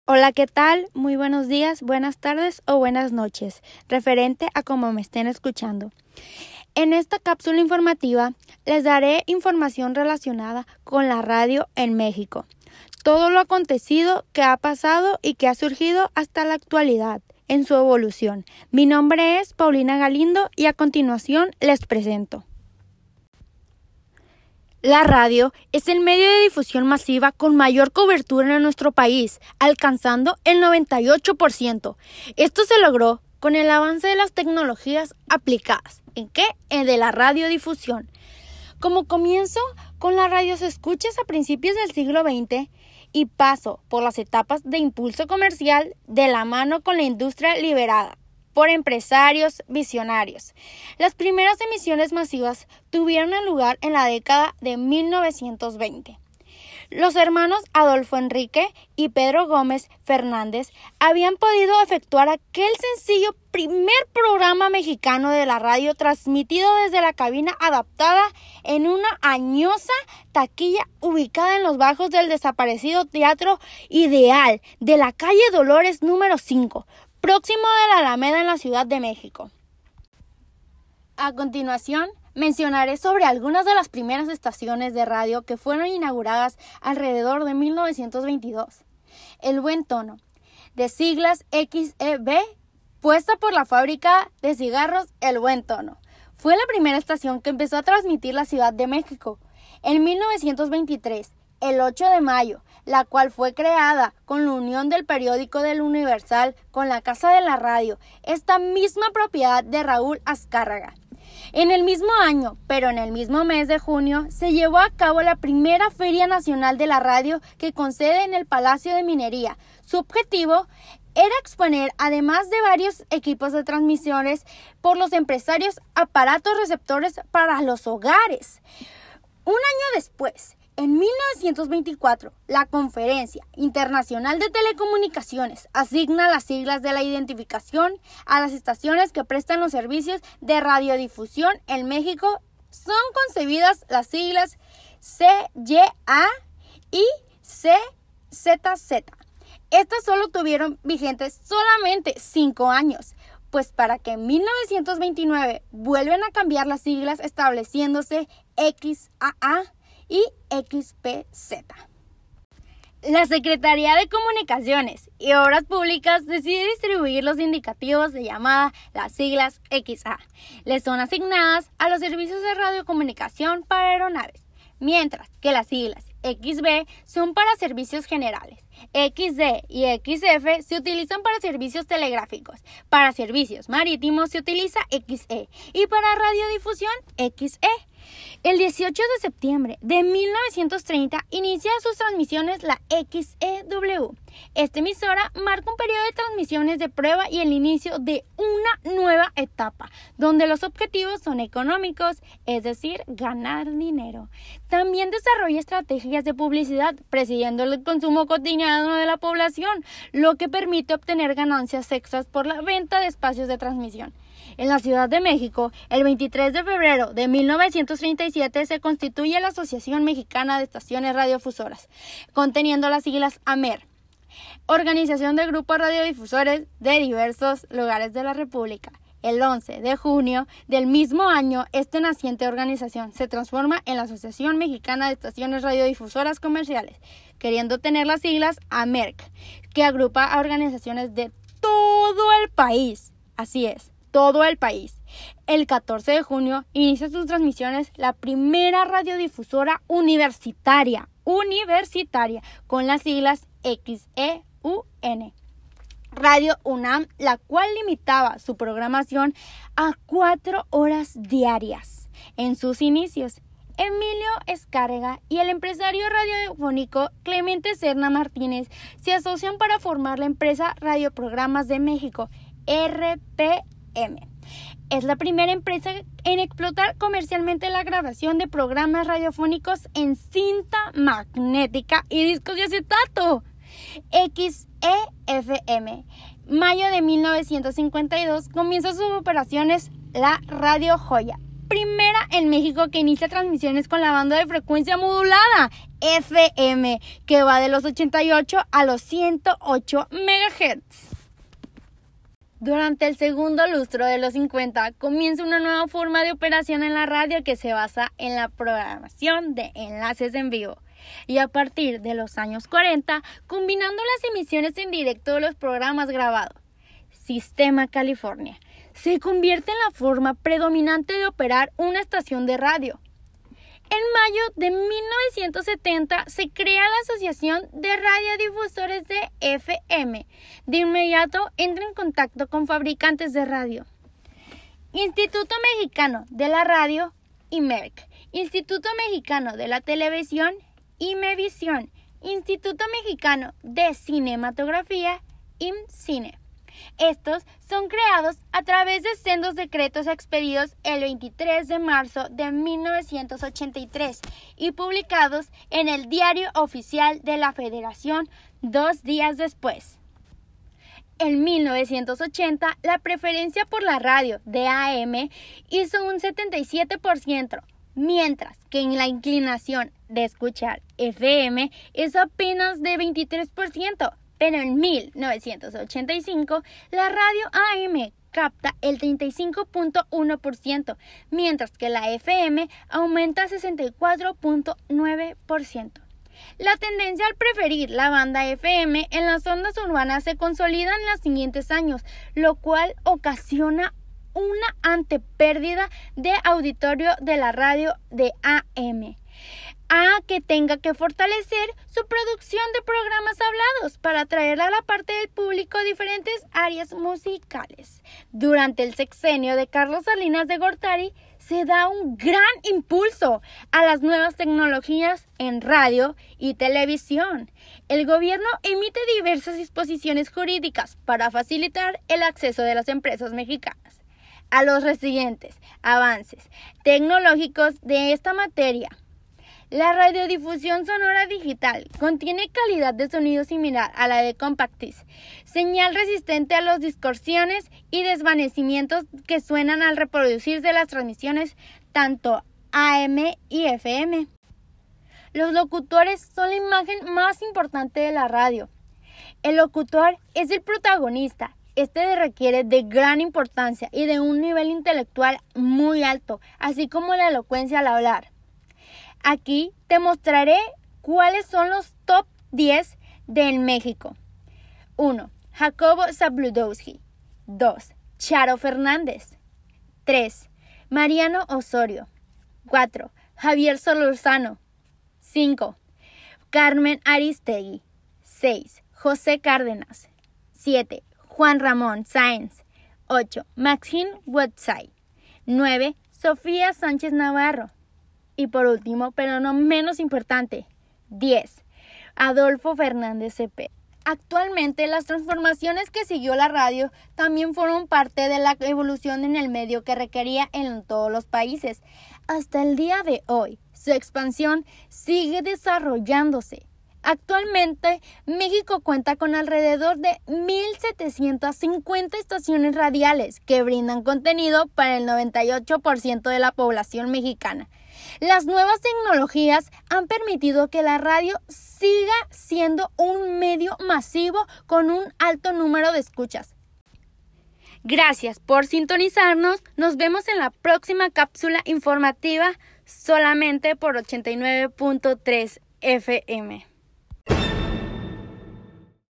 Hola, ¿qué tal? Muy buenos días, buenas tardes o buenas noches, referente a cómo me estén escuchando. En esta cápsula informativa les daré información relacionada con la radio en México, todo lo acontecido, que ha pasado y que ha surgido hasta la actualidad en su evolución. Mi nombre es Paulina Galindo y a continuación les presento. La radio es el medio de difusión masiva con mayor cobertura en nuestro país, alcanzando el 98%. Esto se logró con el avance de las tecnologías aplicadas. ¿En qué? De la radiodifusión. Como comienzo con las radioescuchas a principios del siglo XX y paso por las etapas de impulso comercial de la mano con la industria liberada por empresarios visionarios. Las primeras emisiones masivas tuvieron lugar en la década de 1920. Los hermanos Adolfo Enrique y Pedro Gómez Fernández habían podido efectuar aquel sencillo primer programa mexicano de la radio transmitido desde la cabina adaptada en una añosa taquilla ubicada en los bajos del desaparecido Teatro Ideal de la calle Dolores número 5, próximo de la Alameda en la Ciudad de México. A continuación, mencionaré sobre algunas de las primeras estaciones de radio que fueron inauguradas alrededor de 1922. El Buen Tono, de siglas XEB, puesta por la fábrica de cigarros El Buen Tono. Fue la primera estación que empezó a transmitir la Ciudad de México. En 1923, el 8 de mayo, la cual fue creada con la unión del periódico del Universal con la Casa de la Radio, esta misma propiedad de Raúl Azcárraga. En el mismo año, pero en el mismo mes de junio, se llevó a cabo la primera Feria Nacional de la Radio que con sede en el Palacio de Minería. Su objetivo era exponer, además de varios equipos de transmisiones por los empresarios, aparatos receptores para los hogares. Un año después, en 1924, la Conferencia Internacional de Telecomunicaciones asigna las siglas de la identificación a las estaciones que prestan los servicios de radiodifusión en México. Son concebidas las siglas CYA y CZZ. Estas solo tuvieron vigentes solamente 5 años, pues para que en 1929 vuelven a cambiar las siglas estableciéndose XAA y XPZ. La Secretaría de Comunicaciones y Obras Públicas decide distribuir los indicativos de llamada, las siglas XA. Les son asignadas a los servicios de radiocomunicación para aeronaves, mientras que las siglas XB son para servicios generales. XD y XF se utilizan para servicios telegráficos. Para servicios marítimos se utiliza XE y para radiodifusión XE. El 18 de septiembre de 1930 inicia sus transmisiones la XEW. Esta emisora marca un periodo de transmisiones de prueba y el inicio de una nueva etapa, donde los objetivos son económicos, es decir, ganar dinero. También desarrolla estrategias de publicidad, presidiendo el consumo cotidiano de la población, lo que permite obtener ganancias extras por la venta de espacios de transmisión. En la Ciudad de México, el 23 de febrero de 1937 se constituye la Asociación Mexicana de Estaciones Radiofusoras, conteniendo las siglas AMER, Organización de Grupos Radiodifusores de diversos lugares de la República. El 11 de junio del mismo año, esta naciente organización se transforma en la Asociación Mexicana de Estaciones Radiodifusoras Comerciales, queriendo tener las siglas AMERC, que agrupa a organizaciones de todo el país. Así es, todo el país. El 14 de junio inicia sus transmisiones la primera radiodifusora universitaria, con las siglas XEUN. Radio UNAM, la cual limitaba su programación a 4 horas diarias. En sus inicios, Emilio Escárrega y el empresario radiofónico Clemente Serna Martínez se asocian para formar la empresa Radioprogramas de México, RPM. Es la primera empresa en explotar comercialmente la grabación de programas radiofónicos en cinta magnética y discos de acetato. XEFM. Mayo de 1952 comienza sus operaciones la Radio Joya, primera en México que inicia transmisiones con la banda de frecuencia modulada FM, que va de los 88 a los 108 MHz. Durante el segundo lustro de los 50 comienza una nueva forma de operación en la radio que se basa en la programación de enlaces en vivo. Y a partir de los años 40, combinando las emisiones en directo de los programas grabados, Sistema California se convierte en la forma predominante de operar una estación de radio. En mayo de 1970 se crea la Asociación de Radiodifusores de FM. De inmediato entra en contacto con fabricantes de radio. Instituto Mexicano de la Radio, IMERC. Instituto Mexicano de la Televisión, IMEVisión. Instituto Mexicano de Cinematografía, IMCINE. Estos son creados a través de sendos decretos expedidos el 23 de marzo de 1983 y publicados en el Diario Oficial de la Federación 2 días después. En 1980, la preferencia por la radio de AM hizo un 77%, mientras que en la inclinación de escuchar FM es apenas de 23%. Pero en 1985, la radio AM capta el 35.1%, mientras que la FM aumenta a 64.9%. La tendencia al preferir la banda FM en las ondas urbanas se consolida en los siguientes años, lo cual ocasiona una antepérdida de auditorio de la radio de AM. Que tenga que fortalecer su producción de programas hablados para atraer a la parte del público diferentes áreas musicales. Durante el sexenio de Carlos Salinas de Gortari se da un gran impulso a las nuevas tecnologías en radio y televisión. El gobierno emite diversas disposiciones jurídicas para facilitar el acceso de las empresas mexicanas a los recientes avances tecnológicos de esta materia. La radiodifusión sonora digital contiene calidad de sonido similar a la de compact disc, señal resistente a las distorsiones y desvanecimientos que suenan al reproducirse las transmisiones tanto AM y FM. Los locutores son la imagen más importante de la radio. El locutor es el protagonista. Este requiere de gran importancia y de un nivel intelectual muy alto, así como la elocuencia al hablar. Aquí te mostraré cuáles son los top 10 de México. 1. Jacobo Zabludowski. 2. Charo Fernández. 3. Mariano Osorio. 4. Javier Solorzano. 5. Carmen Aristegui. 6. José Cárdenas. 7. Juan Ramón Sáenz. 8. Maxine Woodside. 9. Sofía Sánchez Navarro. Y por último, pero no menos importante, 10. Adolfo Fernández Cepeda. Actualmente, las transformaciones que siguió la radio también fueron parte de la evolución en el medio que requería en todos los países. Hasta el día de hoy, su expansión sigue desarrollándose. Actualmente, México cuenta con alrededor de 1,750 estaciones radiales que brindan contenido para el 98% de la población mexicana. Las nuevas tecnologías han permitido que la radio siga siendo un medio masivo con un alto número de escuchas. Gracias por sintonizarnos. Nos vemos en la próxima cápsula informativa solamente por 89.3 FM.